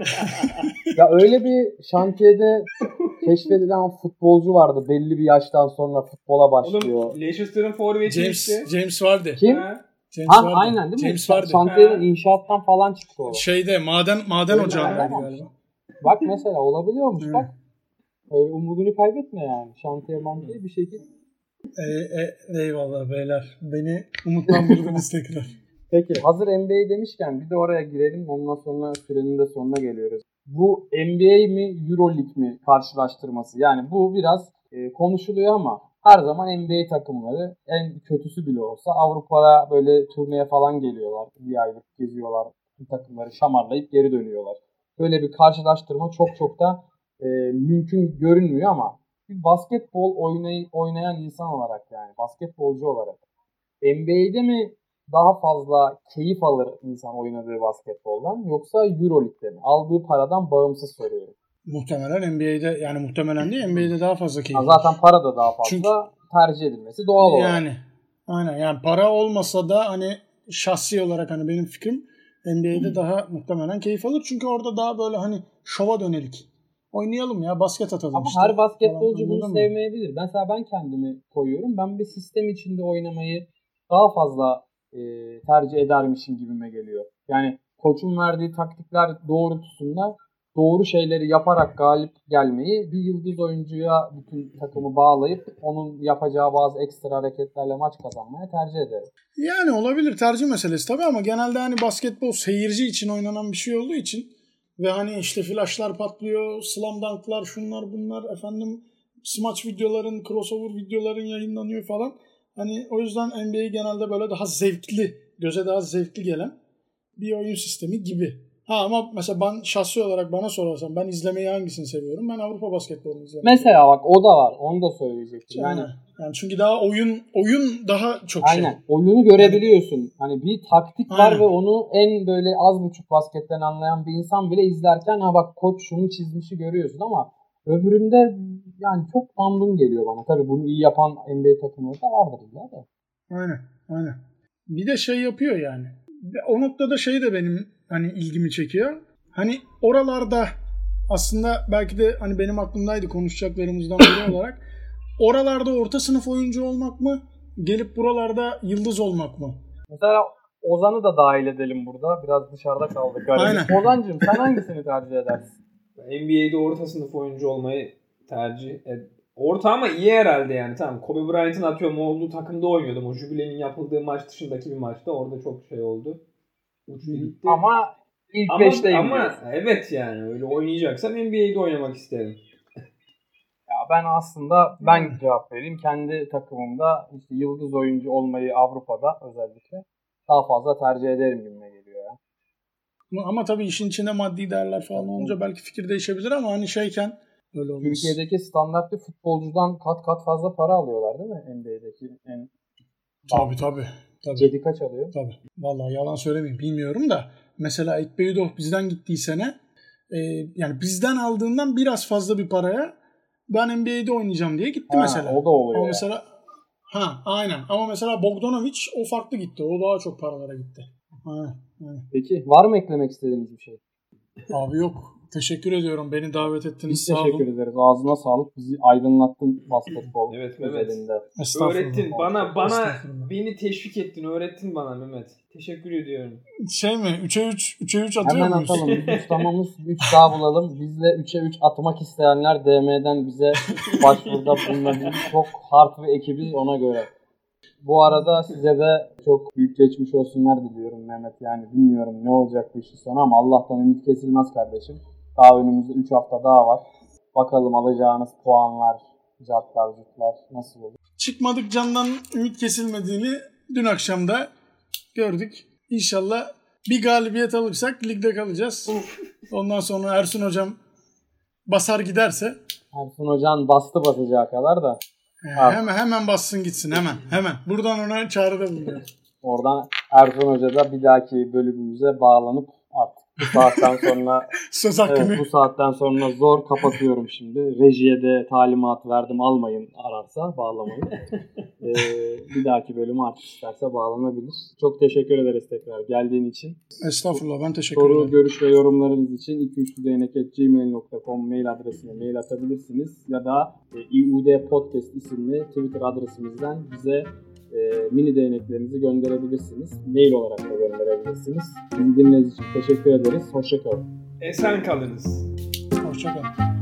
Ya öyle bir şantiyede keşfedilen futbolcu vardı. Belli bir yaştan sonra futbola başlıyor. Oğlum Leicester'ın forveti James, işte. James vardı. Kim? Ha. James Ha, vardı. aynen değil mi? James vardı. Şantiyeden, inşaattan falan çıktı o. Şeyde maden maden Öyle ocağındaydı mi? galiba. Bak mesela olabiliyormuş Hı. bak. Öyle umudunu kaybetme yani. Şantiye mantiye bir şekilde. E, e, eyvallah beyler. Beni umutlandırdınız tekrar. Peki hazır N B A demişken bir de oraya girelim. Ondan sonra sürenin de sonuna geliyoruz. Bu N B A mi Euroleague mi karşılaştırması? Yani bu biraz e, konuşuluyor ama her zaman N B A takımları en kötüsü bile olsa Avrupa'ya böyle turneye falan geliyorlar. Bir aylık geziyorlar. Bu takımları şamarlayıp geri dönüyorlar. Böyle bir karşılaştırma çok çok da e, mümkün görünmüyor ama bir basketbol oynay- oynayan insan olarak yani basketbolcu olarak N B A'de mi daha fazla keyif alır insan oynadığı basketboldan yoksa Euroleague'de mi? Aldığı paradan bağımsız soruyorum. Muhtemelen N B A'de yani muhtemelen değil N B A'de daha fazla keyif. Ha, zaten para da daha fazla Çünkü, tercih edilmesi doğal olarak. Yani aynen yani para olmasa da hani şahsi olarak hani benim fikrim N B A'de hmm. daha muhtemelen keyif alır. Çünkü orada daha böyle hani şova dönelik. Oynayalım ya basket atalım Ama işte. her basketbolcu falan, bunu sevmeyebilir. Mesela ben kendimi koyuyorum. Ben bir sistem içinde oynamayı daha fazla e, tercih edermişim gibime geliyor. Yani koçun verdiği taktikler doğrultusunda doğru şeyleri yaparak galip gelmeyi, bir yıldız oyuncuya bütün takımı bağlayıp onun yapacağı bazı ekstra hareketlerle maç kazanmaya tercih ederim. Yani olabilir tercih meselesi tabii ama genelde hani basketbol seyirci için oynanan bir şey olduğu için ve hani işte flashlar patlıyor, slam dunklar, şunlar bunlar, efendim smaç videoların, crossover videoların yayınlanıyor falan. Hani o yüzden N B A genelde böyle daha zevkli, göze daha zevkli gelen bir oyun sistemi gibi. Ha ama mesela ben şahsi olarak bana sorarsan ben izlemeyi hangisini seviyorum? Ben Avrupa basketbolunu izlemeyi Mesela bak o da var. Onu da söyleyecektim. Yani, yani çünkü daha oyun oyun daha çok Aynen. şey. Aynen. Oyunu görebiliyorsun. Hani bir taktik var Aynen. ve onu en böyle az buçuk basketten anlayan bir insan bile izlerken ha bak koç şunu çizmişi görüyorsun ama öbüründe yani çok random geliyor bana. Tabii bunu iyi yapan N B A takımları da vardır illa da. Aynen. Aynen. Bir de şey yapıyor yani. O noktada şey de benim hani ilgimi çekiyor. Hani oralarda aslında belki de hani benim aklımdaydı konuşacaklarımızdan biri olarak. Oralarda orta sınıf oyuncu olmak mı? Gelip buralarda yıldız olmak mı? Mesela Ozan'ı da dahil edelim burada. Biraz dışarıda kaldık. Aynen. Ozan'cığım sen hangisini tercih edersin? N B A'de orta sınıf oyuncu olmayı tercih et. Orta ama iyi herhalde yani. Tamam Kobe Bryant'ın atıyorum olduğu takımda oynuyordum. O jübilenin yapıldığı maç dışındaki bir maçta. Orada çok şey oldu. Uçtu gitti. Ama ilk ama, beşteyim ama diyorsun. evet yani öyle oynayacaksam N B A'de oynamak isterim. Ya ben aslında ben hmm. cevap vereyim. Kendi takımımda işte yıldız oyuncu olmayı Avrupa'da özellikle daha fazla tercih ederim gibime geliyor ya. Ama tabii işin içinde maddi değerler falan olunca belki fikir değişebilir ama hani şeyken öyle olmaz. Türkiye'deki standartlı futbolcudan kat kat fazla para alıyorlar değil mi N B A'deki? En... Tabii tabii. tabii. Cedi kaç alıyor? Tabii. Vallahi yalan söylemeyeyim bilmiyorum da mesela Ekbeyudov bizden gittiği sene e, yani bizden aldığından biraz fazla bir paraya ben N B A'de oynayacağım diye gitti ha, mesela. O da oluyor. Ama yani. mesela ha aynen ama mesela Bogdanovic o farklı gitti. O daha çok paralara gitti. Aynen, aynen. Peki var mı eklemek istediğiniz bir şey? Abi yok. Teşekkür ediyorum. Beni davet ettiniz. Biz Sağ teşekkür olun. ederiz. Ağzına sağlık. Bizi aydınlattın basketbol evet, özelinde. Öğrettin. Bana bana beni teşvik ettin. Öğrettin bana Mehmet. Teşekkür ediyorum. Şey mi? üçe üç üçe üç atıyor Hemen muyuz? atalım. Biz tutamamız üç daha bulalım. Bizle üçe üç atmak isteyenler D M'den bize başvuruda bulunabilir. Çok hard bir ekibiz ona göre. Bu arada size de çok büyük geçmiş olsunlar diliyorum Mehmet. Yani bilmiyorum ne olacak bu işin sonu ama Allah'tan ümit kesilmez kardeşim. Daha önümüzde üç hafta daha var. Bakalım alacağınız puanlar, cartlar, cutlar nasıl olur? Çıkmadık candan ümit kesilmediğini dün akşam da gördük. İnşallah bir galibiyet alırsak ligde kalacağız. Ondan sonra Ersun hocam basar giderse. Ersun Hocam bastı basacağı kadar da. He, hemen hemen bassın gitsin hemen. Hemen. Buradan ona çağrıda bulunuyor. Oradan Ersun Hoca da bir dahaki bölümümüze bağlanıp artık bu saatten sonra söz hakkını. Evet, bu saatten sonra zor kapatıyorum şimdi. Rejiye de talimat verdim, almayın ararsa bağlamayın. ee, bir dahaki bölümü artık isterse bağlanabilir. Çok teşekkür ederiz tekrar geldiğin için. Estağfurullah, ben teşekkür Soru, ederim. Soru, görüş ve yorumlarınız için iki üç değnek at gmail nokta com mail adresine mail atabilirsiniz. Ya da e, İUD Podcast isimli Twitter adresimizden bize E, mini değneklerinizi gönderebilirsiniz. Mail olarak da gönderebilirsiniz. Bizi dinlediğiniz için teşekkür ederiz. Hoşça kalın. Esen kalınız. Hoşça kalın.